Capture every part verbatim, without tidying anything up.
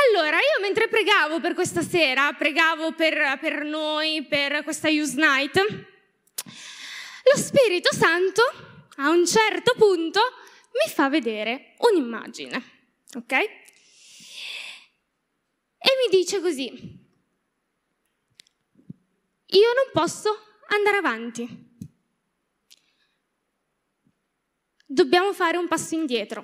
allora, io mentre pregavo per questa sera, pregavo per, per noi, per questa Youth Night, lo Spirito Santo a un certo punto mi fa vedere un'immagine, ok? E mi dice così: io non posso andare avanti, dobbiamo fare un passo indietro.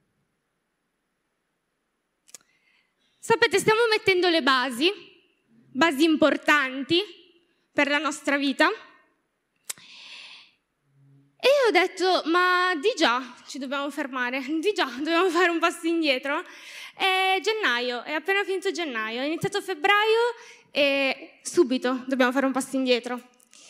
Sapete, stiamo mettendo le basi, basi importanti per la nostra vita. E io ho detto, ma di già ci dobbiamo fermare, di già dobbiamo fare un passo indietro. È gennaio, è appena finito gennaio, è iniziato febbraio e subito dobbiamo fare un passo indietro.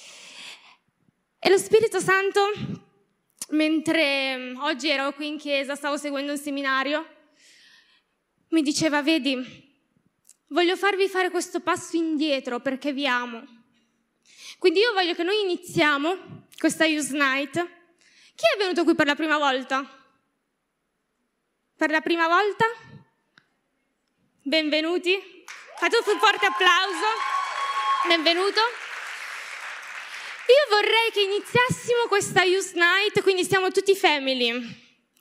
E lo Spirito Santo, mentre oggi ero qui in chiesa, stavo seguendo un seminario, mi diceva, vedi, voglio farvi fare questo passo indietro perché vi amo. Quindi io voglio che noi iniziamo questa Youth Night. Chi è venuto qui per la prima volta? Per la prima volta? Benvenuti. Fate un forte applauso. Benvenuto. Io vorrei che iniziassimo questa Youth Night, quindi siamo tutti family,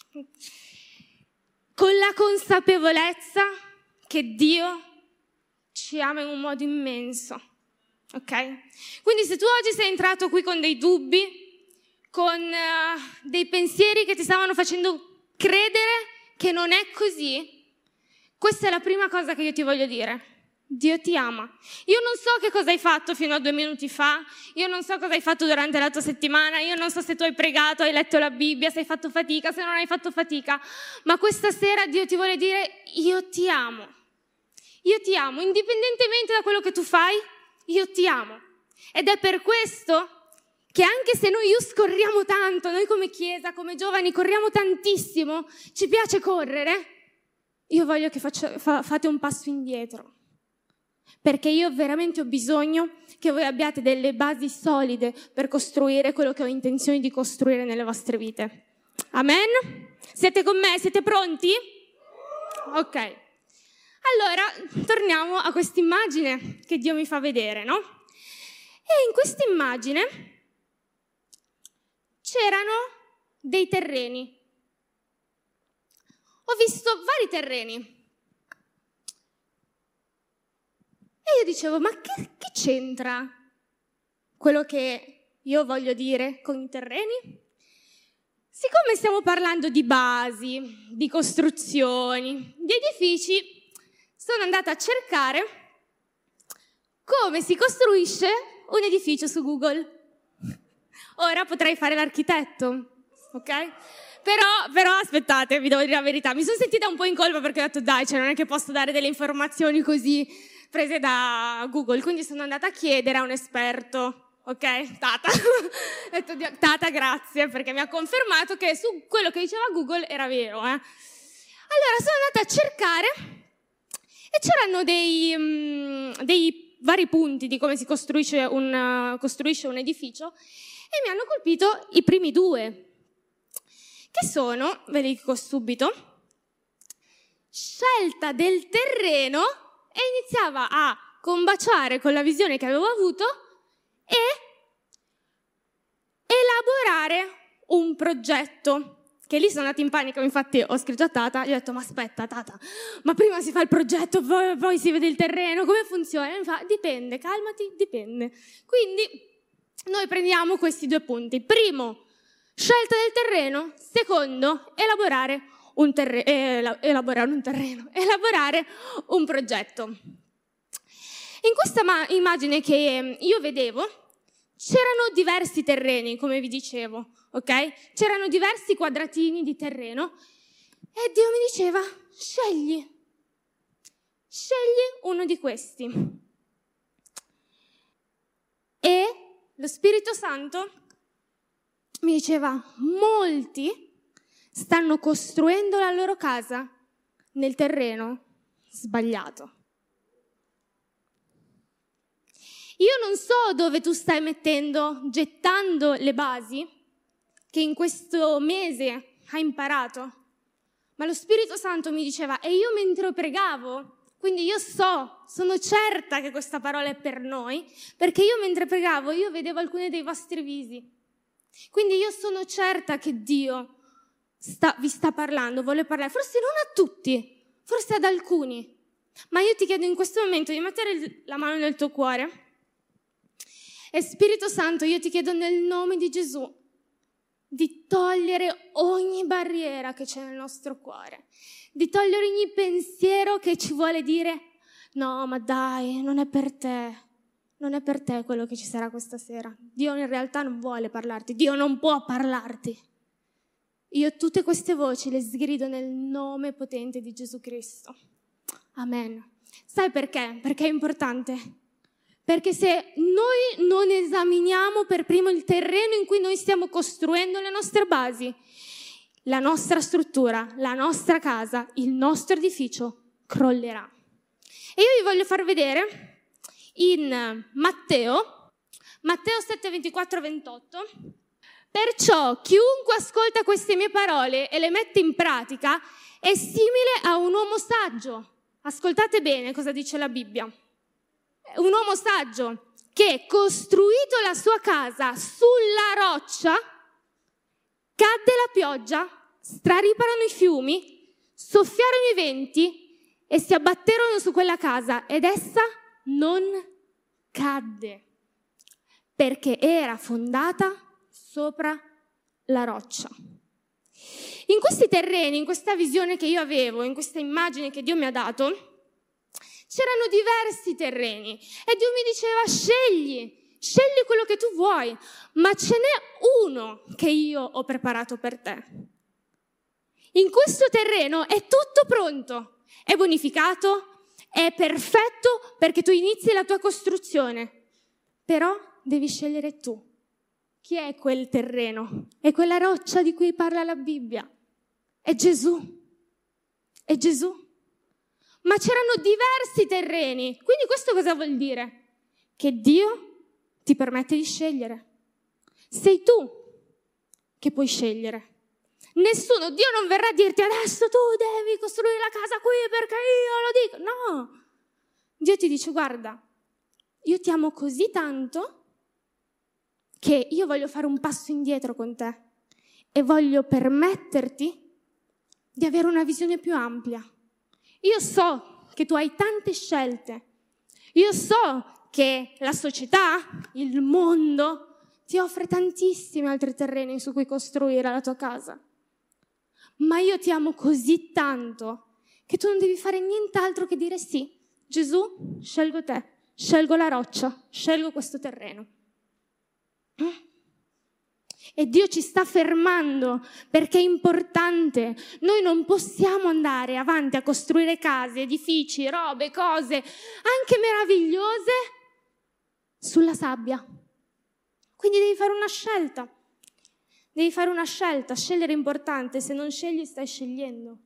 con la consapevolezza che Dio ci ama in un modo immenso, ok? Quindi se tu oggi sei entrato qui con dei dubbi, con uh, dei pensieri che ti stavano facendo credere che non è così, questa è la prima cosa che io ti voglio dire. Dio ti ama. Io non so che cosa hai fatto fino a due minuti fa, io non so cosa hai fatto durante la tua settimana, io non so se tu hai pregato, hai letto la Bibbia, se hai fatto fatica, se non hai fatto fatica, ma questa sera Dio ti vuole dire, io ti amo. Io ti amo, indipendentemente da quello che tu fai, io ti amo. Ed è per questo che anche se noi youth corriamo tanto, noi come chiesa, come giovani corriamo tantissimo, ci piace correre, io voglio che faccia, fa, fate un passo indietro. Perché io veramente ho bisogno che voi abbiate delle basi solide per costruire quello che ho intenzione di costruire nelle vostre vite. Amen? Siete con me? Siete pronti? Ok. Allora, torniamo a questa immagine che Dio mi fa vedere, no? E in questa immagine c'erano dei terreni. Ho visto vari terreni. E io dicevo, ma che, che c'entra quello che io voglio dire con i terreni? Siccome stiamo parlando di basi, di costruzioni, di edifici, sono andata a cercare come si costruisce un edificio su Google. Ora potrei fare l'architetto, ok? Però, però aspettate, vi devo dire la verità, mi sono sentita un po' in colpa perché ho detto, dai, cioè non è che posso dare delle informazioni così prese da Google, quindi sono andata a chiedere a un esperto, ok? Tata. Ho detto, Tata, grazie, perché mi ha confermato che su quello che diceva Google era vero, eh? Allora sono andata a cercare e c'erano dei, um, dei vari punti di come si costruisce un, uh, costruisce un edificio e mi hanno colpito i primi due, che sono, ve li dico subito, scelta del terreno. E iniziava a combaciare con la visione che avevo avuto e elaborare un progetto. Che lì sono andata in panico, infatti ho scritto a Tata, gli ho detto, ma aspetta Tata, ma prima si fa il progetto, poi, poi si vede il terreno, come funziona? E mi fa, dipende, calmati, dipende. Quindi noi prendiamo questi due punti. Primo, scelta del terreno. Secondo, elaborare un terreno, eh, elaborare un terreno, elaborare un progetto. In questa ma- immagine che io vedevo c'erano diversi terreni, come vi dicevo, ok? C'erano diversi quadratini di terreno e Dio mi diceva, scegli, scegli uno di questi. E lo Spirito Santo mi diceva, molti stanno costruendo la loro casa nel terreno sbagliato. Io non so dove tu stai mettendo, gettando le basi che in questo mese hai imparato, ma lo Spirito Santo mi diceva, e io mentre pregavo Quindi io so, sono certa che questa parola è per noi, perché io mentre pregavo, io vedevo alcuni dei vostri visi. Quindi io sono certa che Dio sta, vi sta parlando, vuole parlare, forse non a tutti, forse ad alcuni. Ma io ti chiedo in questo momento di mettere la mano nel tuo cuore e Spirito Santo, io ti chiedo nel nome di Gesù di togliere ogni barriera che c'è nel nostro cuore, di togliere ogni pensiero che ci vuole dire no, ma dai, non è per te, non è per te quello che ci sarà questa sera. Dio in realtà non vuole parlarti, Dio non può parlarti. Io tutte queste voci le sgrido nel nome potente di Gesù Cristo. Amen. Sai perché? Perché è importante. Perché se noi non esaminiamo per primo il terreno in cui noi stiamo costruendo le nostre basi, la nostra struttura, la nostra casa, il nostro edificio crollerà. E io vi voglio far vedere in Matteo, Matteo sette, ventiquattro, ventotto, perciò chiunque ascolta queste mie parole e le mette in pratica è simile a un uomo saggio. Ascoltate bene cosa dice la Bibbia. Un uomo saggio che, costruito la sua casa sulla roccia, cadde la pioggia, strariparono i fiumi, soffiarono i venti e si abbatterono su quella casa ed essa non cadde perché era fondata sopra la roccia. In questi terreni, in questa visione che io avevo, in questa immagine che Dio mi ha dato, c'erano diversi terreni e Dio mi diceva scegli, scegli quello che tu vuoi, ma ce n'è uno che io ho preparato per te. In questo terreno è tutto pronto, è bonificato, è perfetto perché tu inizi la tua costruzione, però devi scegliere tu. Chi è quel terreno? È quella roccia di cui parla la Bibbia. È Gesù. È Gesù. Ma c'erano diversi terreni. Quindi questo cosa vuol dire? Che Dio ti permette di scegliere. Sei tu che puoi scegliere. Nessuno, Dio non verrà a dirti adesso tu devi costruire la casa qui perché io lo dico. No. Dio ti dice guarda, io ti amo così tanto che io voglio fare un passo indietro con te e voglio permetterti di avere una visione più ampia. Io so che tu hai tante scelte, io so che la società, il mondo, ti offre tantissimi altri terreni su cui costruire la tua casa, ma io ti amo così tanto che tu non devi fare nient'altro che dire sì, Gesù, scelgo te, scelgo la roccia, scelgo questo terreno. E Dio ci sta fermando perché è importante. Noi non possiamo andare avanti a costruire case, edifici, robe, cose anche meravigliose sulla sabbia. Quindi devi fare una scelta. Devi fare una scelta. Scegliere è importante. Se non scegli, stai scegliendo.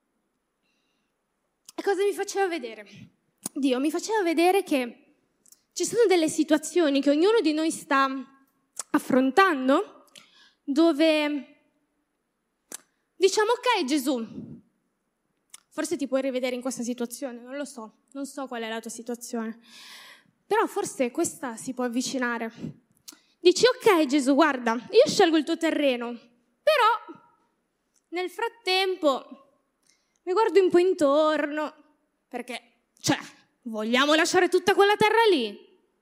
E cosa mi faceva vedere? Dio mi faceva vedere che ci sono delle situazioni che ognuno di noi sta affrontando dove diciamo ok Gesù, forse ti puoi rivedere in questa situazione, non lo so, non so qual è la tua situazione, però forse questa si può avvicinare. Dici ok Gesù, guarda, io scelgo il tuo terreno, però nel frattempo mi guardo un po' intorno, perché, cioè, vogliamo lasciare tutta quella terra lì?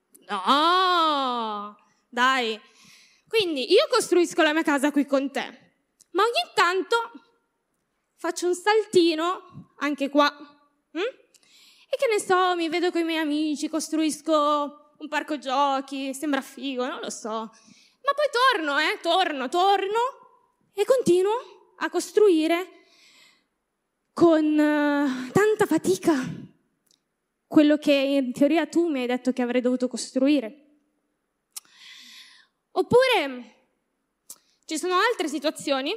No, dai. Quindi io costruisco la mia casa qui con te, ma ogni tanto faccio un saltino anche qua. Hm? E che ne so, mi vedo con i miei amici, costruisco un parco giochi, sembra figo, non lo so. Ma poi torno, eh, torno, torno e continuo a costruire con uh, tanta fatica quello che in teoria tu mi hai detto che avrei dovuto costruire. Oppure ci sono altre situazioni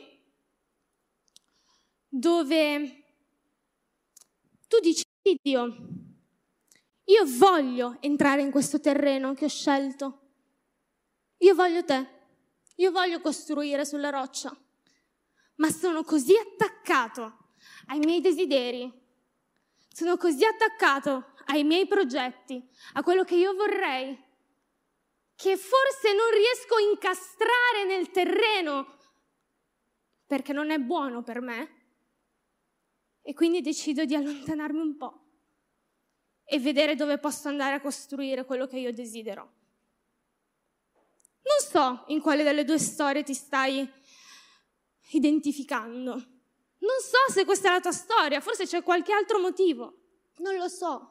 dove tu dici, Dio, io voglio entrare in questo terreno che ho scelto, io voglio te, io voglio costruire sulla roccia, ma sono così attaccato ai miei desideri, sono così attaccato ai miei progetti, a quello che io vorrei, che forse non riesco a incastrare nel terreno perché non è buono per me, e quindi decido di allontanarmi un po' e vedere dove posso andare a costruire quello che io desidero. Non so in quale delle due storie ti stai identificando. Non so se questa è la tua storia, forse c'è qualche altro motivo, non lo so.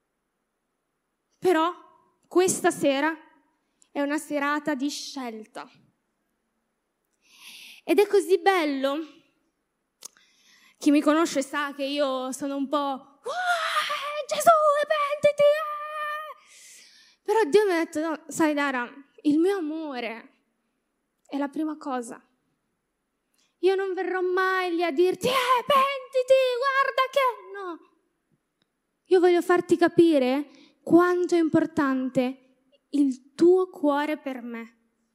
Però questa sera è una serata di scelta. Ed è così bello. Chi mi conosce sa che io sono un po' Gesù, pentiti! Ah! Però Dio mi ha detto, no, sai Dara, il mio amore è la prima cosa. Io non verrò mai lì a dirti, eh, pentiti, guarda che... No. Io voglio farti capire quanto è importante il tuo cuore per me.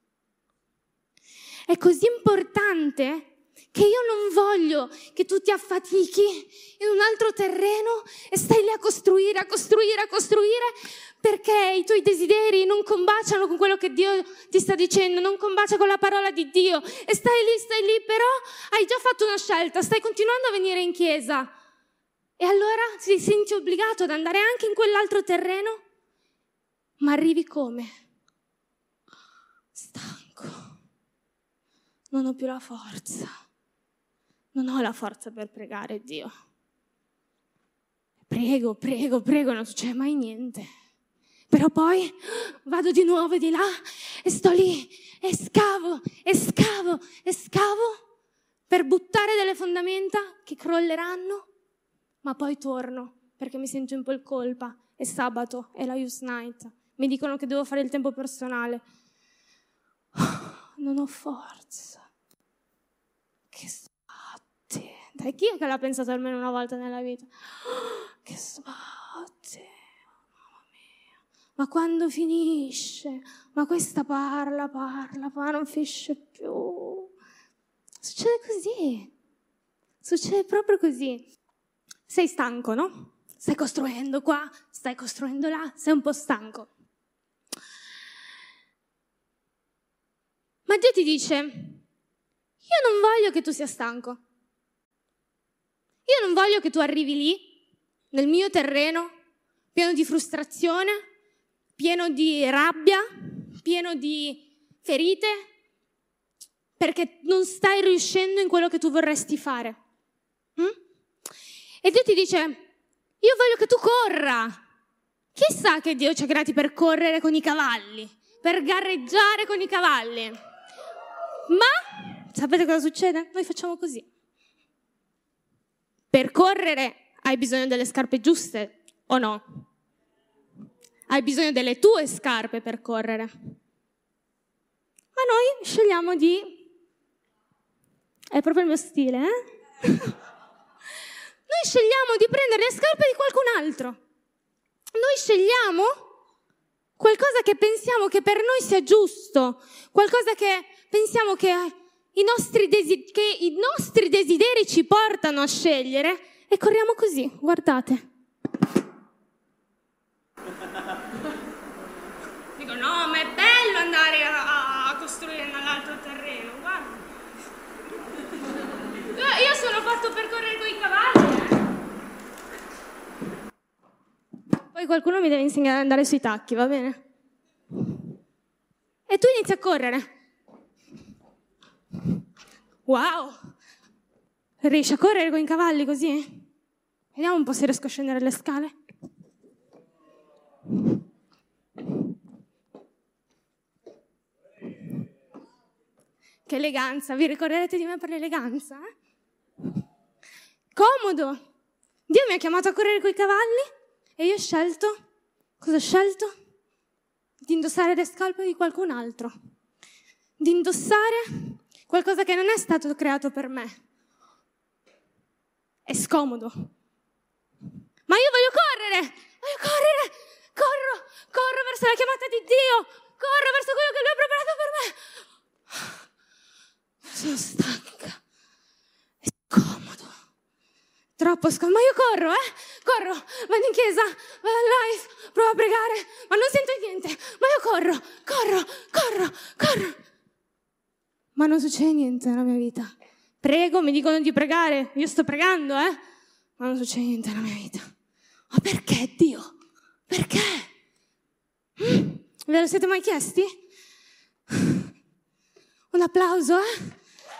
È così importante che io non voglio che tu ti affatichi in un altro terreno e stai lì a costruire, a costruire, a costruire, perché i tuoi desideri non combaciano con quello che Dio ti sta dicendo, non combacia con la parola di Dio, e stai lì, stai lì, però hai già fatto una scelta, stai continuando a venire in chiesa, e allora ti senti obbligato ad andare anche in quell'altro terreno, ma arrivi come? Stanco, non ho più la forza, non ho la forza per pregare Dio. Prego, prego, prego, non succede mai niente. Però poi vado di nuovo di là e sto lì e scavo, e scavo, e scavo per buttare delle fondamenta che crolleranno, ma poi torno perché mi sento un po' in colpa. È sabato, è la youth night, mi dicono che devo fare il tempo personale. Non ho forza. Che sbatti. Dai, chi è che l'ha pensato almeno una volta nella vita? Che sbatti. Ma quando finisce? Ma questa parla, parla, ma non finisce più. Succede così. Succede proprio così. Sei stanco, no? Stai costruendo qua, stai costruendo là, sei un po' stanco. Ma Dio ti dice, io non voglio che tu sia stanco. Io non voglio che tu arrivi lì, nel mio terreno, pieno di frustrazione, pieno di rabbia, pieno di ferite, perché non stai riuscendo in quello che tu vorresti fare. Mm? E Dio ti dice, io voglio che tu corra. Chissà che Dio ci ha creati per correre con i cavalli, per gareggiare con i cavalli. Ma, sapete cosa succede? Noi facciamo così. Per correre hai bisogno delle scarpe giuste, o no? Hai bisogno delle tue scarpe per correre. Ma noi scegliamo di... È proprio il mio stile, eh? Noi scegliamo di prendere le scarpe di qualcun altro. Noi scegliamo qualcosa che pensiamo che per noi sia giusto, qualcosa che pensiamo che i nostri, desi- che i nostri desideri ci portano a scegliere, e corriamo così, guardate. Dico, no, ma è bello andare a, a costruire nell'altro terreno, guarda. Io, io sono fatto per correre con i cavalli. Eh. Poi qualcuno mi deve insegnare ad andare sui tacchi, va bene? E tu inizi a correre. Wow! Riesci a correre con i cavalli così? Vediamo un po' se riesco a scendere le scale. Che eleganza, vi ricorderete di me per l'eleganza? Eh? Comodo! Dio mi ha chiamato a correre con i cavalli e io ho scelto, cosa ho scelto? Di indossare le scarpe di qualcun altro. Di indossare qualcosa che non è stato creato per me. È scomodo. Ma io voglio correre! Voglio correre! Corro! Corro verso la chiamata di Dio! Corro verso quello che Lui ha preparato per me! Sono stanca. È scomodo. Troppo scomodo. Ma io corro, eh? corro, vado in chiesa, vado al live, provo a pregare, ma non sento niente, ma io corro, corro, corro, corro. Ma non succede niente nella mia vita. Prego, mi dicono di pregare, io sto pregando, eh, ma non succede niente nella mia vita. Ma perché, Dio? Perché? Mm? Ve lo siete mai chiesti? Un applauso, eh?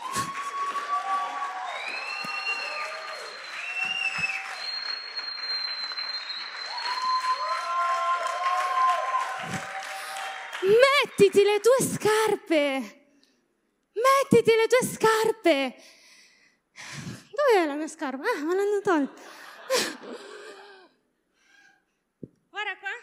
Mettiti le tue scarpe. Mettiti le tue scarpe. Dov'è la mia scarpa? Ah, me l'hanno tolta. Guarda qua.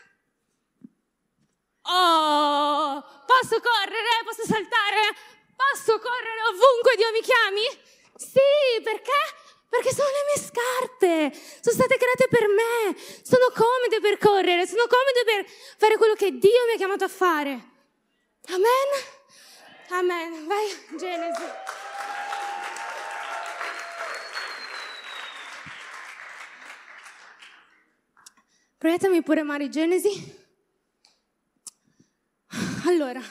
Oh, posso correre? Posso saltare? Posso correre ovunque Dio mi chiami? Sì, perché? Perché sono le mie scarpe. Sono state create per me. Sono comode per correre. Sono comode per fare quello che Dio mi ha chiamato a fare. Amen? Amen. Vai, Genesi. Proiettami pure Mari Genesi. Allora,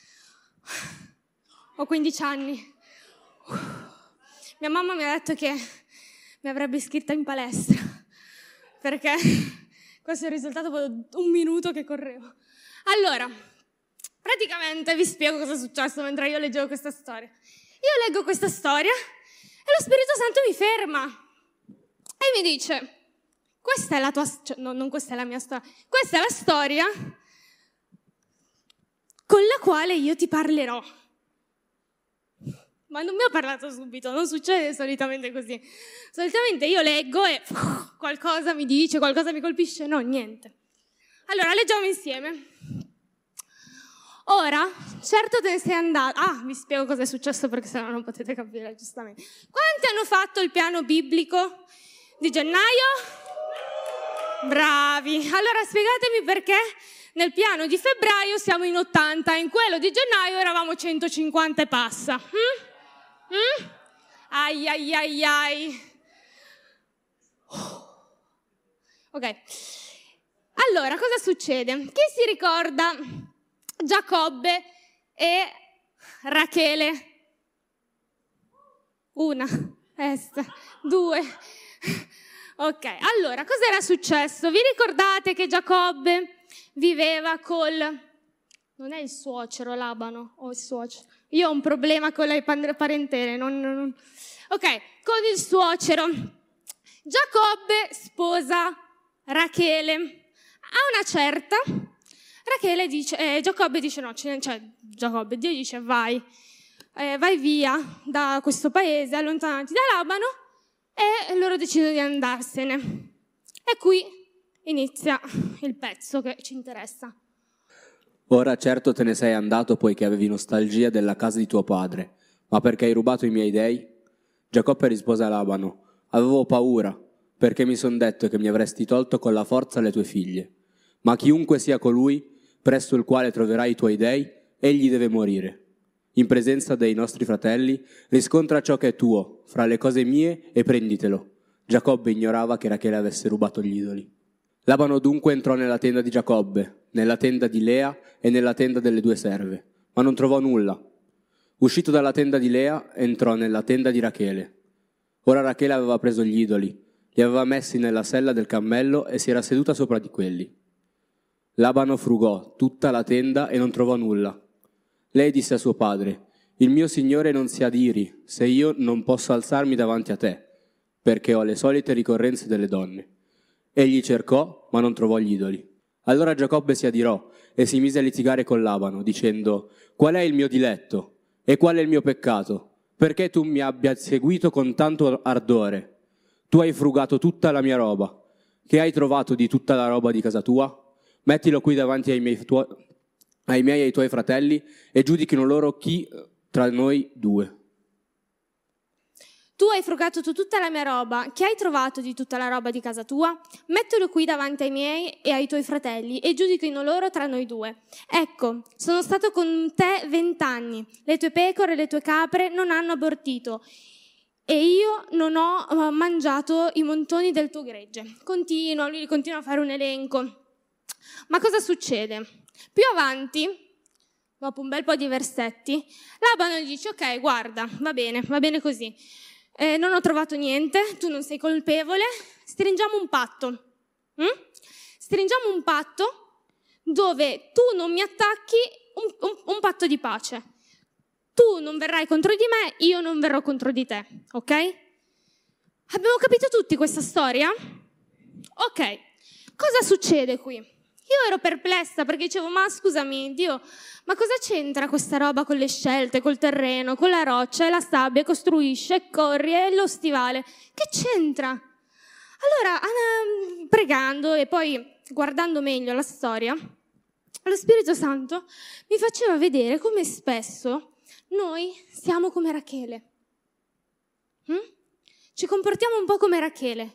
ho quindici anni. Mia mamma mi ha detto che mi avrebbe iscritta in palestra, perché questo è il risultato dopo un minuto che correvo. Allora, praticamente vi spiego cosa è successo mentre io leggevo questa storia. Io leggo questa storia e lo Spirito Santo mi ferma e mi dice: questa è la tua, cioè, no, non questa è la mia storia, questa è la storia con la quale io ti parlerò. Ma non mi ha parlato subito, non succede solitamente così. Solitamente io leggo e uh, qualcosa mi dice, qualcosa mi colpisce, no, niente. Allora, leggiamo insieme. Ora, certo te ne sei andato. Ah, vi spiego cosa è successo perché sennò non potete capire, giustamente. Quanti hanno fatto il piano biblico di gennaio? Bravi. Allora, spiegatemi perché nel piano di febbraio siamo in ottanta, in quello di gennaio eravamo centocinquanta e passa. Hm? Mm? Ai ai ai ai. Ok. Allora, cosa succede? Chi si ricorda Giacobbe e Rachele? Una, est, due. Ok, allora, cos'era successo? Vi ricordate che Giacobbe viveva col... Non è il suocero Labano o il suocero? Io ho un problema con le parentele. Non, non... Ok, con il suocero. Giacobbe sposa Rachele. A una certa, Rachele dice, eh, Giacobbe dice no, cioè Giacobbe, Dio dice vai, eh, vai via da questo paese, allontanati da Labano, e loro decidono di andarsene. E qui inizia il pezzo che ci interessa. Ora certo te ne sei andato poiché avevi nostalgia della casa di tuo padre, ma perché hai rubato i miei dei? Giacobbe rispose a Labano: avevo paura, perché mi son detto che mi avresti tolto con la forza le tue figlie. Ma chiunque sia colui, presso il quale troverai i tuoi dei, egli deve morire. In presenza dei nostri fratelli, riscontra ciò che è tuo, fra le cose mie, e prenditelo. Giacobbe ignorava che Rachele avesse rubato gli idoli. Labano dunque entrò nella tenda di Giacobbe, nella tenda di Lea e nella tenda delle due serve, ma non trovò nulla. Uscito dalla tenda di Lea, entrò nella tenda di Rachele. Ora Rachele aveva preso gli idoli, li aveva messi nella sella del cammello e si era seduta sopra di quelli. Labano frugò tutta la tenda e non trovò nulla. Lei disse a suo padre: il mio signore non si adiri se io non posso alzarmi davanti a te, perché ho le solite ricorrenze delle donne. Egli cercò, ma non trovò gli idoli. Allora Giacobbe si adirò e si mise a litigare con Labano, dicendo: qual è il mio diletto? E qual è il mio peccato? Perché tu mi abbia seguito con tanto ardore? Tu hai frugato tutta la mia roba. Che hai trovato di tutta la roba di casa tua? Mettilo qui davanti ai miei, tuoi, ai miei e ai tuoi fratelli e giudichino loro chi tra noi due. Tu hai frugato tu tutta la mia roba. Che hai trovato di tutta la roba di casa tua? Mettilo qui davanti ai miei e ai tuoi fratelli e giudichino loro tra noi due. Ecco, sono stato con te vent'anni. Le tue pecore e le tue capre non hanno abortito. e io non ho mangiato i montoni del tuo gregge. Continua, lui continua a fare un elenco. Ma cosa succede? Più avanti, dopo un bel po' di versetti, Labano gli dice: ok, guarda, va bene, va bene così. Eh, non ho trovato niente, tu non sei colpevole, stringiamo un patto. Mm? Stringiamo un patto dove tu non mi attacchi, un, un, un patto di pace. Tu non verrai contro di me, io non verrò contro di te, ok? Abbiamo capito tutti questa storia? Ok, cosa succede qui? Io ero perplessa perché dicevo: ma scusami, Dio, ma cosa c'entra questa roba con le scelte, col terreno, con la roccia e la sabbia, costruisce, e corri, e lo stivale? Che c'entra? Allora, pregando e poi guardando meglio la storia, lo Spirito Santo mi faceva vedere come spesso noi siamo come Rachele. Mm? Ci comportiamo un po' come Rachele.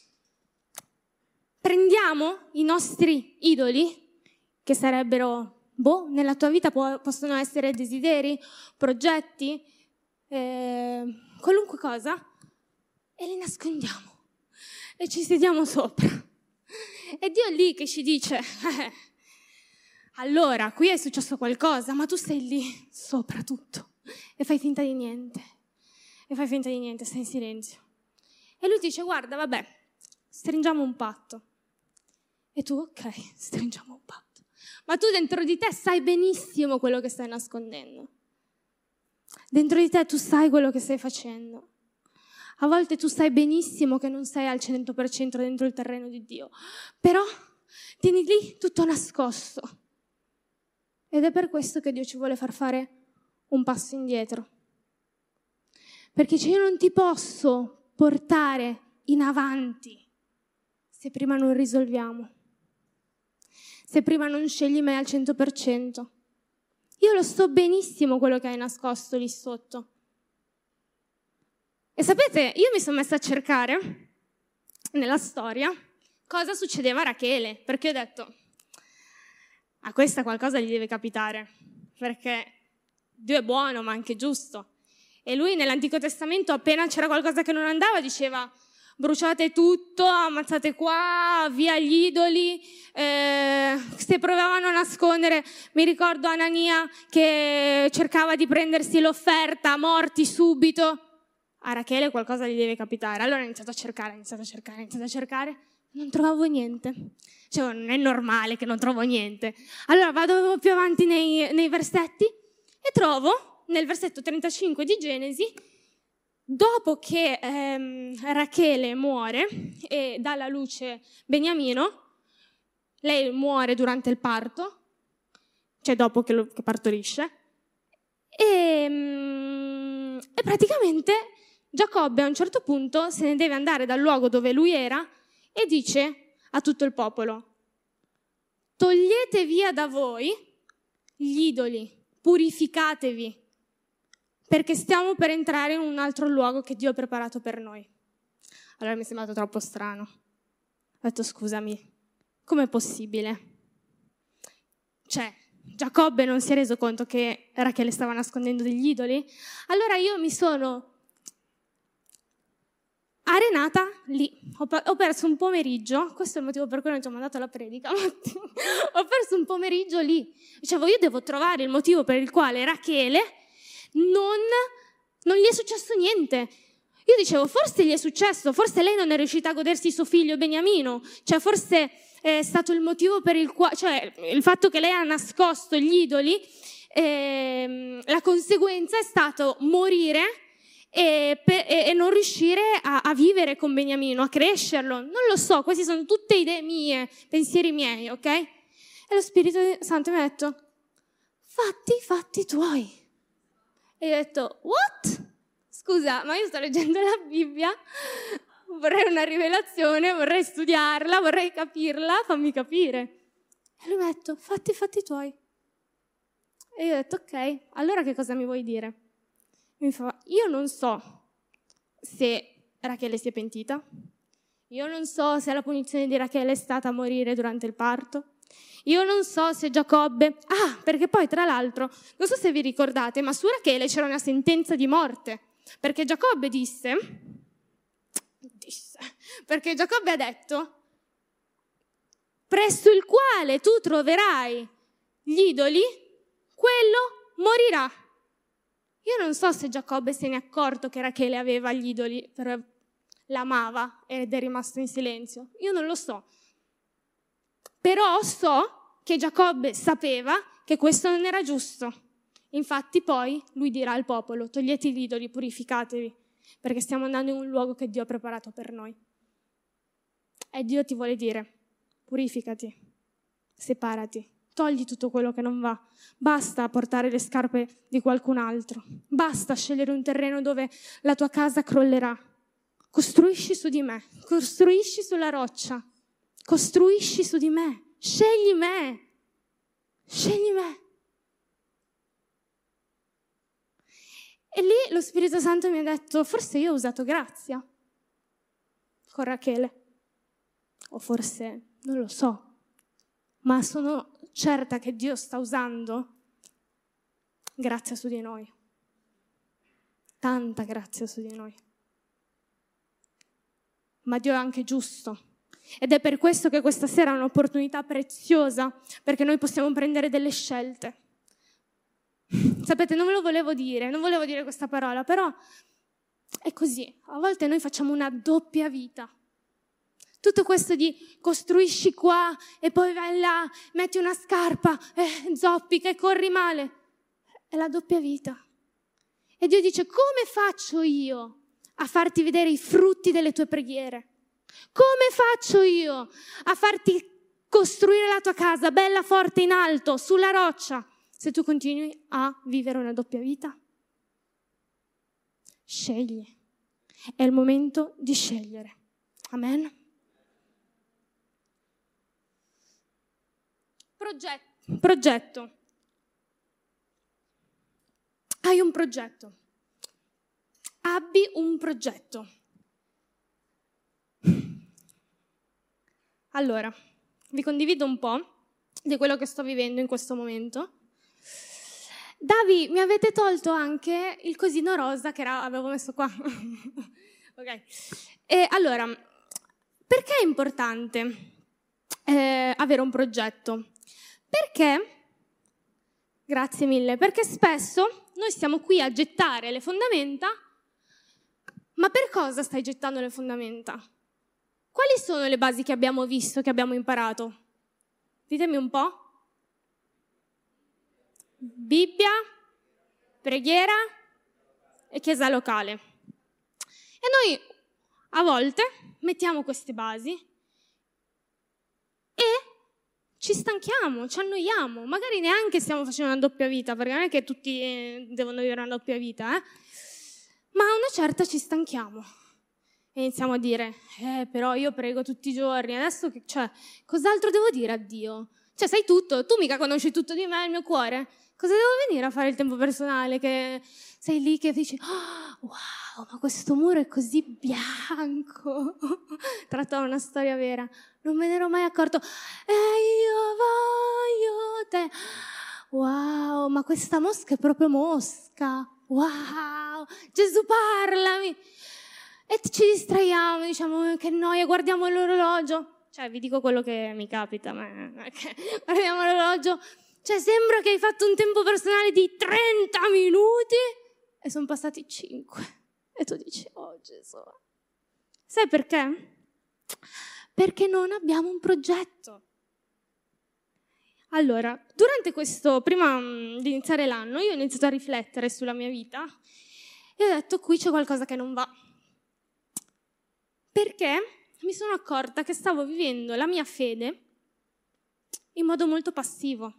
Prendiamo i nostri idoli, che sarebbero, boh, nella tua vita può, possono essere desideri, progetti, eh, qualunque cosa, e li nascondiamo e ci sediamo sopra. E Dio è lì che ci dice: eh, allora, qui è successo qualcosa, ma tu sei lì sopra tutto e fai finta di niente. E fai finta di niente, stai in silenzio. E lui dice: guarda, vabbè, stringiamo un patto. E tu, ok, stringiamo un patto. Ma tu dentro di te sai benissimo quello che stai nascondendo. Dentro di te tu sai quello che stai facendo. A volte tu sai benissimo che non sei al cento per cento dentro il terreno di Dio. Però tieni lì tutto nascosto. Ed è per questo che Dio ci vuole far fare un passo indietro. Perché io non ti posso portare in avanti se prima non risolviamo. Se prima non scegli me al cento per cento. Io lo so benissimo quello che hai nascosto lì sotto. E sapete, io mi sono messa a cercare nella storia cosa succedeva a Rachele, perché ho detto: a questa qualcosa gli deve capitare, perché Dio è buono ma anche giusto. E lui nell'Antico Testamento, appena c'era qualcosa che non andava, diceva: bruciate tutto, ammazzate qua, via gli idoli. Eh, se provavano a nascondere, mi ricordo Anania che cercava di prendersi l'offerta, morti subito. A Rachele qualcosa gli deve capitare. Allora ho iniziato a cercare, ho iniziato a cercare, ho iniziato a cercare, non trovavo niente. Cioè, non è normale che non trovo niente. Allora vado più avanti nei, nei versetti e trovo nel versetto trentacinque di Genesi, dopo che ehm, Rachele muore e dà alla luce Beniamino, lei muore durante il parto, cioè dopo che, lo, che partorisce, e, mm, e praticamente Giacobbe a un certo punto se ne deve andare dal luogo dove lui era e dice a tutto il popolo: togliete via da voi gli idoli, purificatevi, perché stiamo per entrare in un altro luogo che Dio ha preparato per noi. Allora mi è sembrato troppo strano. Ho detto: scusami, com'è possibile? Cioè, Giacobbe non si è reso conto che Rachele stava nascondendo degli idoli? Allora io mi sono arenata lì, ho, ho perso un pomeriggio, questo è il motivo per cui non ti ho mandato la predica, ho perso un pomeriggio lì. Dicevo, io devo trovare il motivo per il quale Rachele non, non gli è successo niente. Io dicevo, forse gli è successo, forse lei non è riuscita a godersi suo figlio Beniamino, cioè forse è stato il motivo per il quale, cioè il fatto che lei ha nascosto gli idoli, eh, la conseguenza è stato morire E, per, e, e non riuscire a, a vivere con Beniamino, a crescerlo. Non lo so, queste sono tutte idee mie, pensieri miei, ok? E lo Spirito Santo mi ha detto: fatti i fatti tuoi. E io ho detto: what? Scusa, ma io sto leggendo la Bibbia, vorrei una rivelazione, vorrei studiarla, vorrei capirla, fammi capire. E lui mi ha detto: fatti i fatti tuoi. E io ho detto: ok, allora che cosa mi vuoi dire? Mi fa: io non so se Rachele si è pentita, io non so se la punizione di Rachele è stata morire durante il parto, io non so se Giacobbe... Ah, perché poi tra l'altro, non so se vi ricordate, ma su Rachele c'era una sentenza di morte, Perché Giacobbe disse, disse, perché Giacobbe ha detto, presso il quale tu troverai gli idoli, quello morirà. Io non so se Giacobbe se ne è accorto che Rachele aveva gli idoli, però l'amava ed è rimasto in silenzio. Io non lo so. Però so che Giacobbe sapeva che questo non era giusto. Infatti poi lui dirà al popolo, togliete gli idoli, purificatevi, perché stiamo andando in un luogo che Dio ha preparato per noi. E Dio ti vuole dire, purificati, separati, togli tutto quello che non va. Basta portare le scarpe di qualcun altro. Basta scegliere un terreno dove la tua casa crollerà. Costruisci su di me, costruisci sulla roccia, costruisci su di me, scegli me, scegli me. E lì lo Spirito Santo mi ha detto, forse io ho usato grazia con Rachele, o forse non lo so, ma sono certa che Dio sta usando grazia su di noi, tanta grazia su di noi. Ma Dio è anche giusto ed è per questo che questa sera è un'opportunità preziosa, perché noi possiamo prendere delle scelte. Sapete, non ve lo volevo dire, non volevo dire questa parola, però è così. A volte noi facciamo una doppia vita. Tutto questo di costruisci qua e poi vai là, metti una scarpa, eh, zoppica e corri male. È la doppia vita. E Dio dice, come faccio io a farti vedere i frutti delle tue preghiere? Come faccio io a farti costruire la tua casa bella, forte, in alto, sulla roccia, se tu continui a vivere una doppia vita? Scegli. È il momento di scegliere. Amen. Progetto. Progetto. Hai un progetto. Abbi un progetto. Allora, vi condivido un po' di quello che sto vivendo in questo momento. Davi, mi avete tolto anche il cosino rosa che era, avevo messo qua. Ok. E allora, perché è importante eh, avere un progetto? Perché, grazie mille, perché spesso noi stiamo qui a gettare le fondamenta, ma per cosa stai gettando le fondamenta? Quali sono le basi che abbiamo visto, che abbiamo imparato? Ditemi un po'. Bibbia, preghiera e chiesa locale. E noi a volte mettiamo queste basi e ci stanchiamo, ci annoiamo, magari neanche stiamo facendo una doppia vita, perché non è che tutti eh, devono vivere una doppia vita, eh? Ma a una certa ci stanchiamo e iniziamo a dire, eh però io prego tutti i giorni, adesso che, cioè, cos'altro devo dire a Dio? Cioè, sai tutto, tu mica conosci tutto di me, il mio cuore. Cosa devo venire a fare il tempo personale? Che sei lì che dici, oh, wow, ma questo muro è così bianco. Tratta una storia vera. Non me ne ero mai accorto. E io voglio te. Wow, ma questa mosca è proprio mosca. Wow, Gesù parlami. E ci distraiamo, diciamo, che noia, guardiamo l'orologio. Cioè, vi dico quello che mi capita, ma guardiamo l'orologio. Cioè, sembra che hai fatto un tempo personale di trenta minuti e sono passati cinque. E tu dici, oh Gesù. Sai perché? Perché non abbiamo un progetto. Allora, durante questo, prima di iniziare l'anno, io ho iniziato a riflettere sulla mia vita e ho detto, qui c'è qualcosa che non va. Perché mi sono accorta che stavo vivendo la mia fede in modo molto passivo.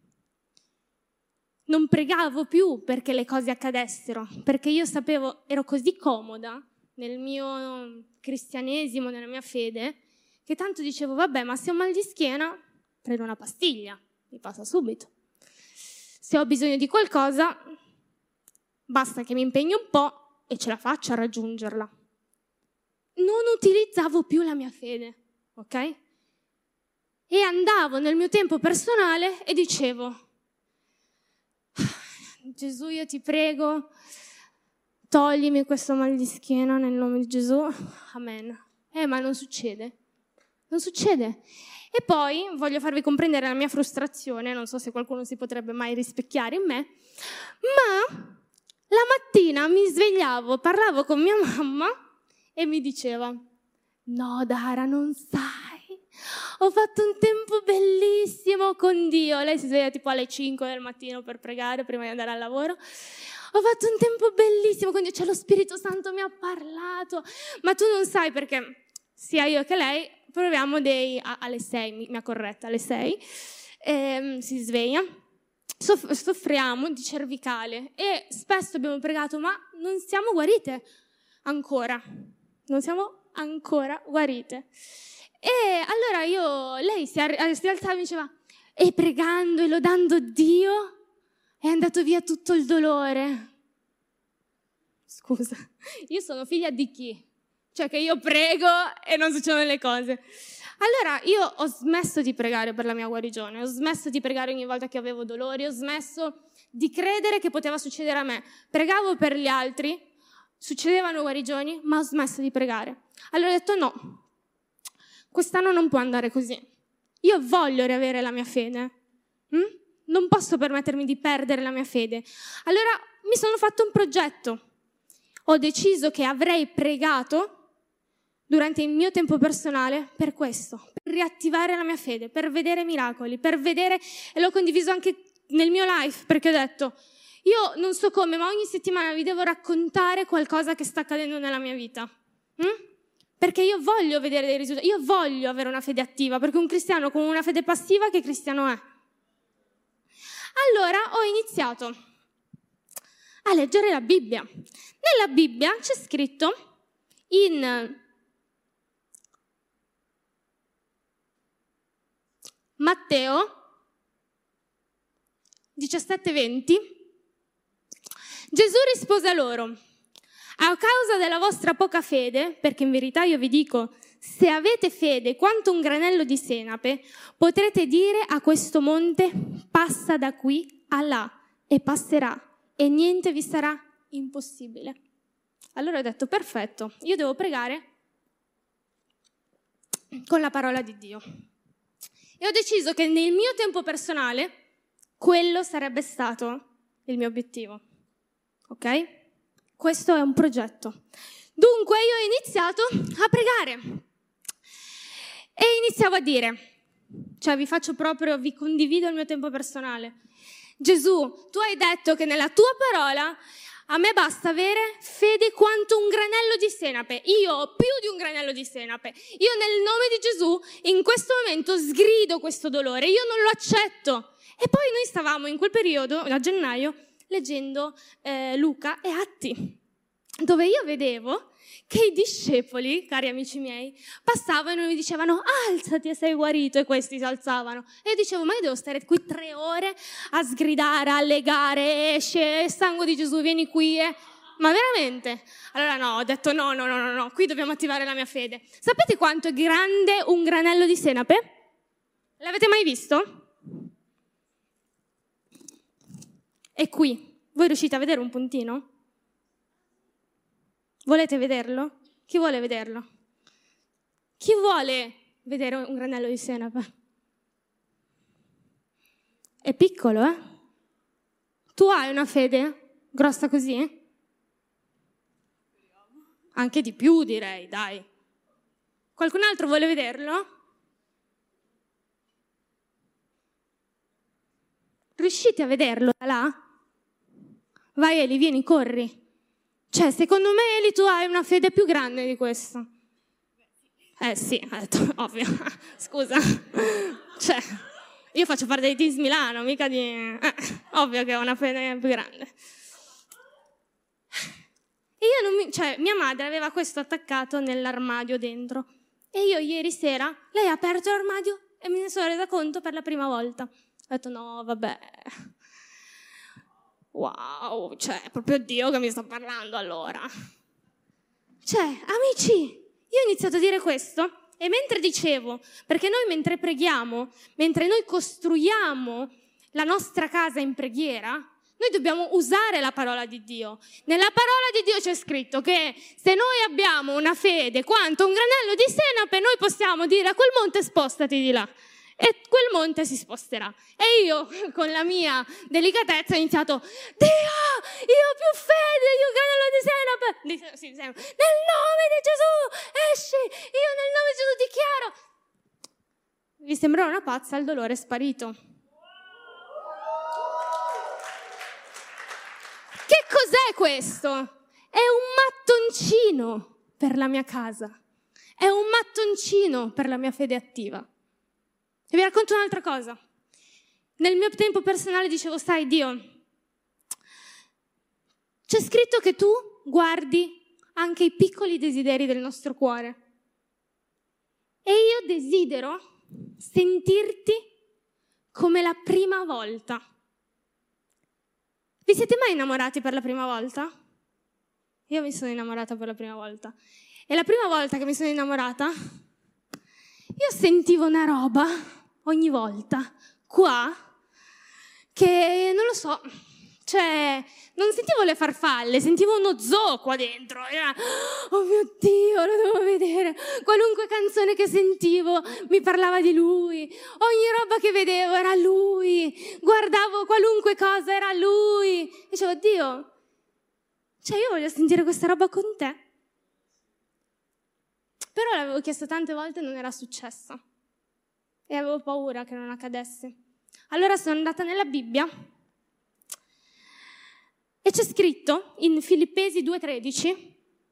Non pregavo più perché le cose accadessero, perché io sapevo, ero così comoda nel mio cristianesimo, nella mia fede, che tanto dicevo, vabbè, ma se ho mal di schiena, prendo una pastiglia, mi passa subito. Se ho bisogno di qualcosa, basta che mi impegni un po' e ce la faccio a raggiungerla. Non utilizzavo più la mia fede, ok? E andavo nel mio tempo personale e dicevo, Gesù, io ti prego, toglimi questo mal di schiena nel nome di Gesù, amen. Eh, ma non succede, non succede. E poi voglio farvi comprendere la mia frustrazione, non so se qualcuno si potrebbe mai rispecchiare in me, ma la mattina mi svegliavo, parlavo con mia mamma e mi diceva: no Dara, non sai, ho fatto un tempo bellissimo con Dio. Lei si sveglia tipo alle cinque del mattino per pregare prima di andare al lavoro. Ho fatto un tempo bellissimo con Dio, cioè lo Spirito Santo mi ha parlato, ma tu non sai perché sia io che lei proviamo dei, a, alle sei, mi, mi ha corretta, alle sei, ehm, si sveglia, soff- soffriamo di cervicale e spesso abbiamo pregato, ma non siamo guarite ancora, non siamo ancora guarite. E allora io, lei si, ar- si alzava e mi diceva, e pregando e lodando Dio è andato via tutto il dolore. Scusa, io sono figlia di chi? Cioè che io prego e non succedono le cose. Allora io ho smesso di pregare per la mia guarigione, ho smesso di pregare ogni volta che avevo dolori, ho smesso di credere che poteva succedere a me. Pregavo per gli altri, succedevano guarigioni, ma ho smesso di pregare. Allora ho detto no, quest'anno non può andare così. Io voglio riavere la mia fede. Hm? Non posso permettermi di perdere la mia fede. Allora mi sono fatto un progetto. Ho deciso che avrei pregato durante il mio tempo personale per questo, per riattivare la mia fede, per vedere miracoli, per vedere, e l'ho condiviso anche nel mio live, perché ho detto, io non so come, ma ogni settimana vi devo raccontare qualcosa che sta accadendo nella mia vita. Hm? Perché io voglio vedere dei risultati, io voglio avere una fede attiva, perché un cristiano con una fede passiva che cristiano è? Allora ho iniziato a leggere la Bibbia. Nella Bibbia c'è scritto in Matteo diciassette venti, Gesù rispose a loro: a causa della vostra poca fede, perché in verità io vi dico, se avete fede quanto un granello di senape, potrete dire a questo monte, passa da qui a là, e passerà, e niente vi sarà impossibile. Allora ho detto, perfetto, io devo pregare con la parola di Dio. E ho deciso che nel mio tempo personale, quello sarebbe stato il mio obiettivo. Ok? Questo è un progetto. Dunque io ho iniziato a pregare. E iniziavo a dire, cioè vi faccio proprio, vi condivido il mio tempo personale. Gesù, tu hai detto che nella tua parola a me basta avere fede quanto un granello di senape. Io ho più di un granello di senape. Io nel nome di Gesù in questo momento sgrido questo dolore. Io non lo accetto. E poi noi stavamo in quel periodo, a gennaio, leggendo eh, Luca e Atti, dove io vedevo che i discepoli, cari amici miei, passavano e mi dicevano alzati e sei guarito, e questi si alzavano. E io dicevo, ma io devo stare qui tre ore a sgridare, a legare, esce, sangue di Gesù, vieni qui, eh. Ma veramente? Allora no, ho detto no, no, no, no, no, qui dobbiamo attivare la mia fede. Sapete quanto è grande un granello di senape? L'avete mai visto? E qui, voi riuscite a vedere un puntino? Volete vederlo? Chi vuole vederlo? Chi vuole vedere un granello di senape? È piccolo, eh? Tu hai una fede grossa così? Anche di più, direi, dai. Qualcun altro vuole vederlo? Riuscite a vederlo da là? Vai Eli, vieni, corri. Cioè, secondo me, Eli, tu hai una fede più grande di questa. Eh sì, ha detto, ovvio. Scusa. Cioè, io faccio parte dei Teams Milano, mica di... Eh, ovvio che ho una fede più grande. E io non mi... Cioè, mia madre aveva questo attaccato nell'armadio dentro. E io ieri sera, lei ha aperto l'armadio e me ne sono resa conto per la prima volta. Ho detto, no, vabbè... Wow, cioè, è proprio Dio che mi sta parlando allora. Cioè, amici, io ho iniziato a dire questo e mentre dicevo, perché noi mentre preghiamo, mentre noi costruiamo la nostra casa in preghiera, Noi dobbiamo usare la parola di Dio. Nella parola di Dio c'è scritto che se noi abbiamo una fede quanto un granello di senape, noi possiamo dire a quel monte spostati di là. E quel monte si sposterà. E io, con la mia delicatezza, ho iniziato: Dio, io ho più fede di un granello di senape. Di, sì, nel nome di Gesù, esci, io nel nome di Gesù dichiaro. Vi sembrerà una pazza, il dolore è sparito. Che cos'è questo? È un mattoncino per la mia casa. È un mattoncino per la mia fede attiva. E vi racconto un'altra cosa. Nel mio tempo personale dicevo: sai Dio, c'è scritto che tu guardi anche i piccoli desideri del nostro cuore. E io desidero sentirti come la prima volta. Vi siete mai innamorati per la prima volta? Io mi sono innamorata per la prima volta. E la prima volta che mi sono innamorata, io sentivo una roba ogni volta qua che non lo so, cioè non sentivo le farfalle, sentivo uno zoo qua dentro. Era, oh mio Dio, lo devo vedere. Qualunque canzone che sentivo mi parlava di lui. Ogni roba che vedevo era lui. Guardavo qualunque cosa, era lui. Dicevo: Dio, cioè io voglio sentire questa roba con te. Però l'avevo chiesto tante volte e non era successo. E avevo paura che non accadesse. Allora sono andata nella Bibbia e c'è scritto in Filippesi due tredici: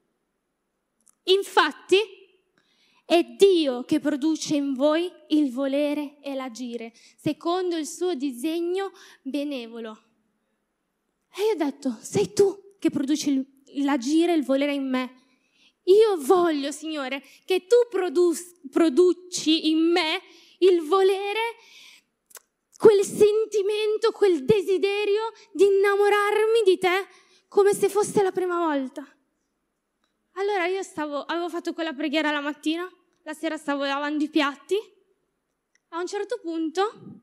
infatti è Dio che produce in voi il volere e l'agire, secondo il suo disegno benevolo. E io ho detto: sei tu che produci l'agire e il volere in me. Io voglio, Signore, che tu produ- produci in me il volere, quel sentimento, quel desiderio di innamorarmi di te come se fosse la prima volta. Allora io stavo, avevo fatto quella preghiera la mattina, la sera stavo lavando i piatti, a un certo punto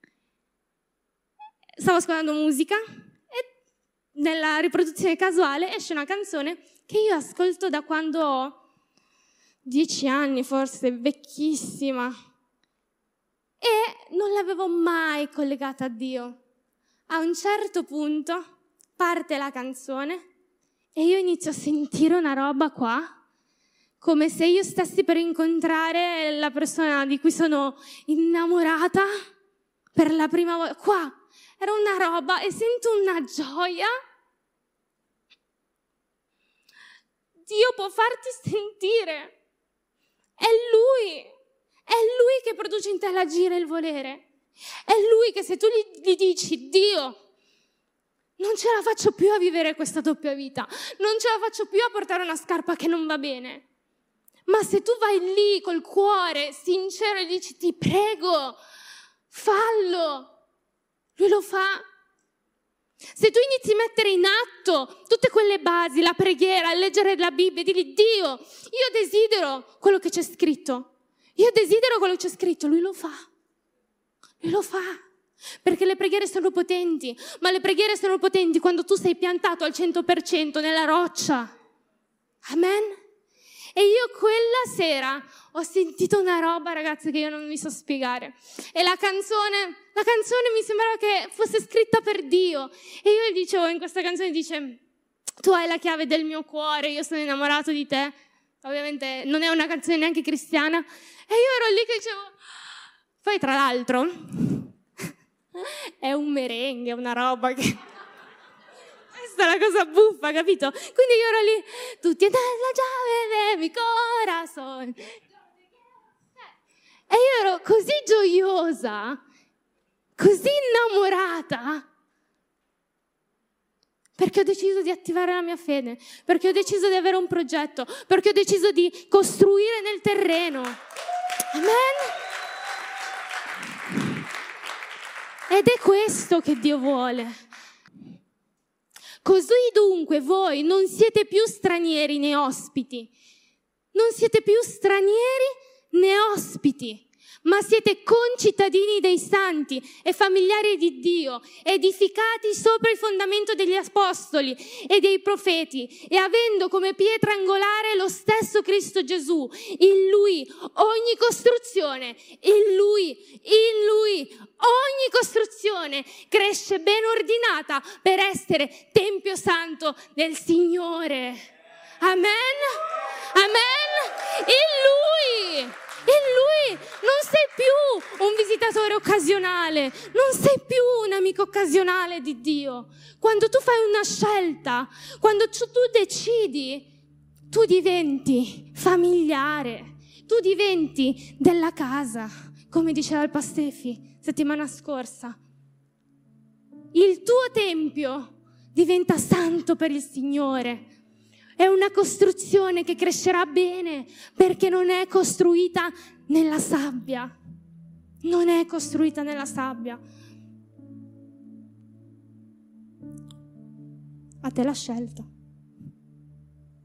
stavo ascoltando musica e nella riproduzione casuale esce una canzone che io ascolto da quando ho dieci anni, forse, vecchissima. E non l'avevo mai collegata a Dio. A un certo punto parte la canzone e io inizio a sentire una roba qua, come se io stessi per incontrare la persona di cui sono innamorata per la prima volta. Qua era una roba e sento una gioia. Dio può farti sentire. È Lui. È Lui che produce in te l'agire e il volere. È Lui che se tu gli, gli dici: Dio, non ce la faccio più a vivere questa doppia vita, non ce la faccio più a portare una scarpa che non va bene. Ma se tu vai lì col cuore sincero e dici: ti prego, fallo, Lui lo fa. Se tu inizi a mettere in atto tutte quelle basi, la preghiera, il leggere la Bibbia, digli: Dio, io desidero quello che c'è scritto. Io desidero quello che c'è scritto, Lui lo fa. Lui lo fa. Perché le preghiere sono potenti, ma le preghiere sono potenti quando tu sei piantato al cento per cento nella roccia. Amen? E io quella sera ho sentito una roba, ragazzi, che io non mi so spiegare. E la canzone, la canzone mi sembrava che fosse scritta per Dio. E io gli dicevo, in questa canzone dice: tu hai la chiave del mio cuore, io sono innamorato di te. Ovviamente non è una canzone neanche cristiana. E io ero lì che dicevo... Poi tra l'altro è un merengue, una roba che... Questa è la cosa buffa, capito? Quindi io ero lì, tu tienes la chiave del mio corazón. E io ero così gioiosa, così innamorata, perché ho deciso di attivare la mia fede, perché ho deciso di avere un progetto, perché ho deciso di costruire nel terreno. Amen? Ed è questo che Dio vuole. Così dunque voi non siete più stranieri né ospiti, non siete più stranieri né ospiti, ma siete concittadini dei santi e familiari di Dio, edificati sopra il fondamento degli apostoli e dei profeti, e avendo come pietra angolare lo stesso Cristo Gesù. In Lui ogni costruzione, in Lui, in Lui ogni costruzione cresce ben ordinata per essere Tempio Santo del Signore. Amen? Amen? In Lui, in Lui non sei più un visitatore occasionale, non sei più un amico occasionale di Dio. Quando tu fai una scelta, quando tu, tu decidi, tu diventi familiare, tu diventi della casa, come diceva il Pastefi settimana scorsa. Il tuo tempio diventa santo per il Signore. È una costruzione che crescerà bene perché non è costruita nella sabbia. Non è costruita nella sabbia. A te la scelta.